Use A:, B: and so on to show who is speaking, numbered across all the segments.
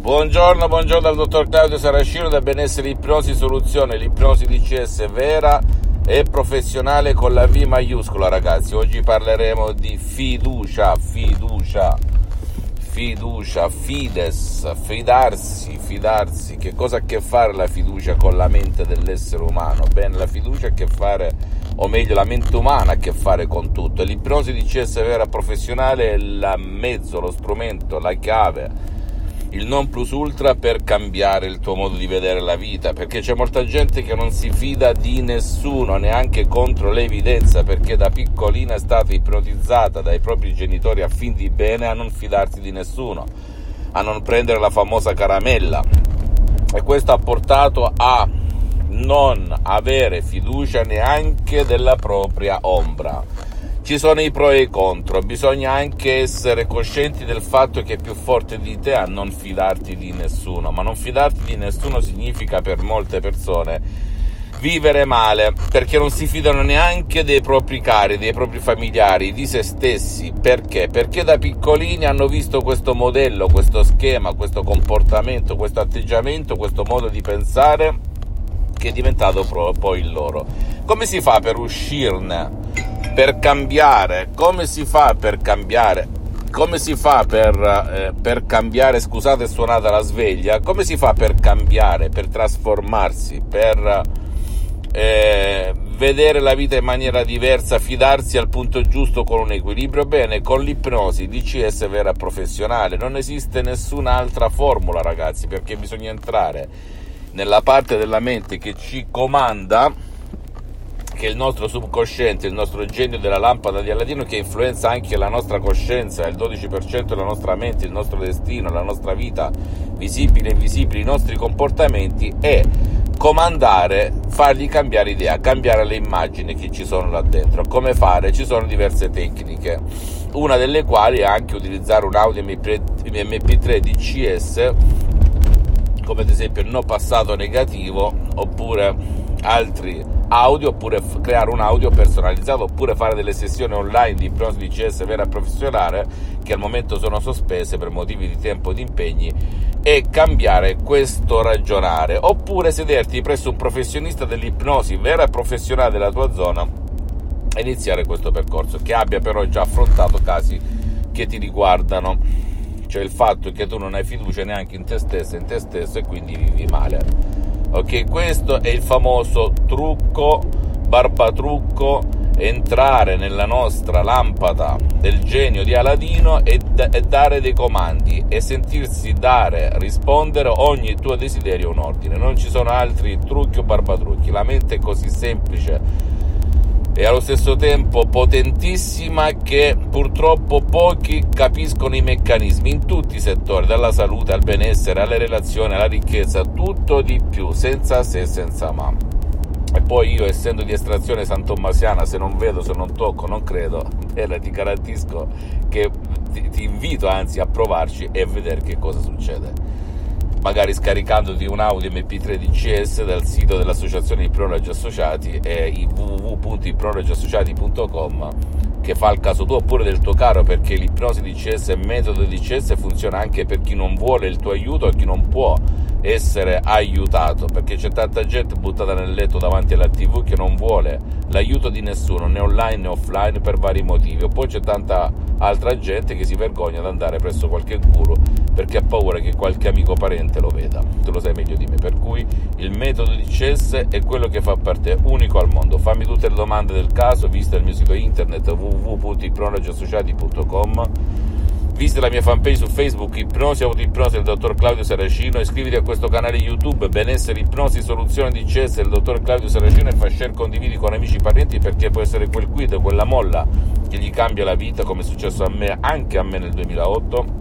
A: Buongiorno dal dottor Claudio Saracino da Benessere Ipnosi Soluzione, l'ipnosi DCS vera e professionale con la V maiuscola, ragazzi. Oggi parleremo di fiducia, fides, fidarsi. Che cosa ha a che fare la fiducia con la mente dell'essere umano? Bene, la fiducia ha a che fare, o meglio la mente umana ha a che fare con tutto. L'ipnosi DCS vera professionale è il mezzo, lo strumento, la chiave, il non plus ultra per cambiare il tuo modo di vedere la vita, perché c'è molta gente che non si fida di nessuno, neanche contro l'evidenza, perché da piccolina è stata ipnotizzata dai propri genitori a fin di bene a non fidarsi di nessuno, a non prendere la famosa caramella, e questo ha portato a non avere fiducia neanche della propria ombra. Ci sono i pro e i contro, bisogna anche essere coscienti del fatto che è più forte di te a non fidarti di nessuno, ma non fidarti di nessuno significa per molte persone vivere male, perché non si fidano neanche dei propri cari, dei propri familiari, di se stessi. Perché? Perché da piccolini hanno visto questo modello, questo schema, questo comportamento, questo atteggiamento, questo modo di pensare che è diventato poi il loro. Come si fa per uscirne? Per cambiare, come si fa per cambiare, scusate è suonata la sveglia, come si fa per cambiare, per trasformarsi, per vedere la vita in maniera diversa, fidarsi al punto giusto con un equilibrio? Bene, con l'ipnosi DCS vera professionale non esiste nessun'altra formula, ragazzi, perché bisogna entrare nella parte della mente che ci comanda, che è il nostro subconsciente, il nostro genio della lampada di Aladino, che influenza anche la nostra coscienza, il 12% della nostra mente, il nostro destino, la nostra vita, visibili e invisibili, i nostri comportamenti, e comandare, fargli cambiare idea, cambiare le immagini che ci sono là dentro. Come fare? Ci sono diverse tecniche, una delle quali è anche utilizzare un audio MP3 DCS, come ad esempio il no passato negativo, oppure altri audio, oppure creare un audio personalizzato, oppure fare delle sessioni online di ipnosi DCS vera professionale, che al momento sono sospese per motivi di tempo e di impegni, e cambiare questo ragionare, oppure sederti presso un professionista dell'ipnosi vera e professionale della tua zona e iniziare questo percorso, che abbia però già affrontato casi che ti riguardano, cioè il fatto che tu non hai fiducia neanche in te stesso e quindi vivi male. Ok, questo è il famoso trucco, barbatrucco, entrare nella nostra lampada del genio di Aladino e dare dei comandi e sentirsi rispondere ogni tuo desiderio un ordine. Non ci sono altri trucchi o barbatrucchi, la mente è così semplice e allo stesso tempo potentissima che purtroppo pochi capiscono i meccanismi in tutti i settori, dalla salute al benessere, alle relazioni, alla ricchezza, tutto di più, senza se, senza ma. E poi io, essendo di estrazione santommasiana, se non vedo, se non tocco, non credo, ti garantisco che ti invito anzi a provarci e a vedere che cosa succede. Magari scaricandoti un audio MP3 DCS dal sito dell'Associazione Ipnologi Associati, e www.ipnologiassociati.com, che fa il caso tuo oppure del tuo caro, perché l'ipnosi DCS e metodo DCS funziona anche per chi non vuole il tuo aiuto e chi non può essere aiutato, perché c'è tanta gente buttata nel letto davanti alla TV che non vuole l'aiuto di nessuno, né online né offline, per vari motivi, o poi c'è tanta altra gente che si vergogna ad andare presso qualche guru perché ha paura che qualche amico parente lo veda. Tu lo sai meglio di me, per cui il metodo DCS è quello che fa per te, unico al mondo. Fammi tutte le domande del caso, visita il mio sito internet www.ipnologiassociati.com, visita la mia fanpage su Facebook Ipnosi Autoipnosi del dottor Claudio Saracino, iscriviti a questo canale YouTube Benessere Ipnosi Soluzione DCS del dottor Claudio Saracino e fai share, condividi con amici e parenti, perché può essere quel quid, quella molla che gli cambia la vita, come è successo a me, anche a me nel 2008.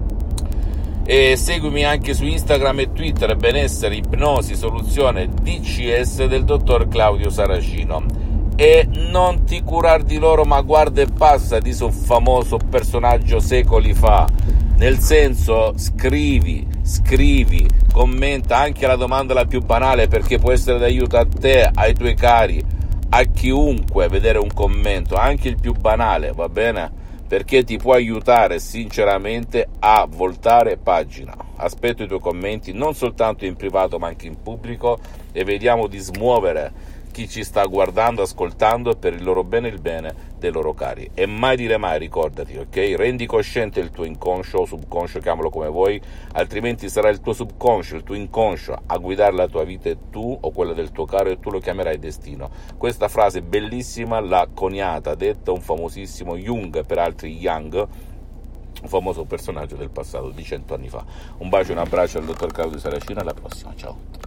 A: E seguimi anche su Instagram e Twitter Benessere Ipnosi Soluzione DCS del dottor Claudio Saracino. E non ti curar di loro, ma guarda e passa, disse un famoso personaggio secoli fa. Nel senso, scrivi, commenta anche la domanda la più banale, perché può essere d'aiuto a te, ai tuoi cari, a chiunque vedere un commento, anche il più banale, va bene? perché ti può aiutare sinceramente a voltare pagina. Aspetto i tuoi commenti non soltanto in privato ma anche in pubblico, e vediamo di smuovere chi ci sta guardando, ascoltando, per il loro bene e il bene dei loro cari. E mai dire mai, ricordati, ok? Rendi cosciente il tuo inconscio o subconscio, chiamalo come vuoi, altrimenti sarà il tuo subconscio, il tuo inconscio a guidare la tua vita, e tu o quella del tuo caro, e tu lo chiamerai destino. Questa frase bellissima l'ha coniata, detta un famosissimo Jung, per altri Young, un famoso personaggio del passato di 100 anni fa. Un bacio e un abbraccio al dottor Claudio Saracino, alla prossima, ciao.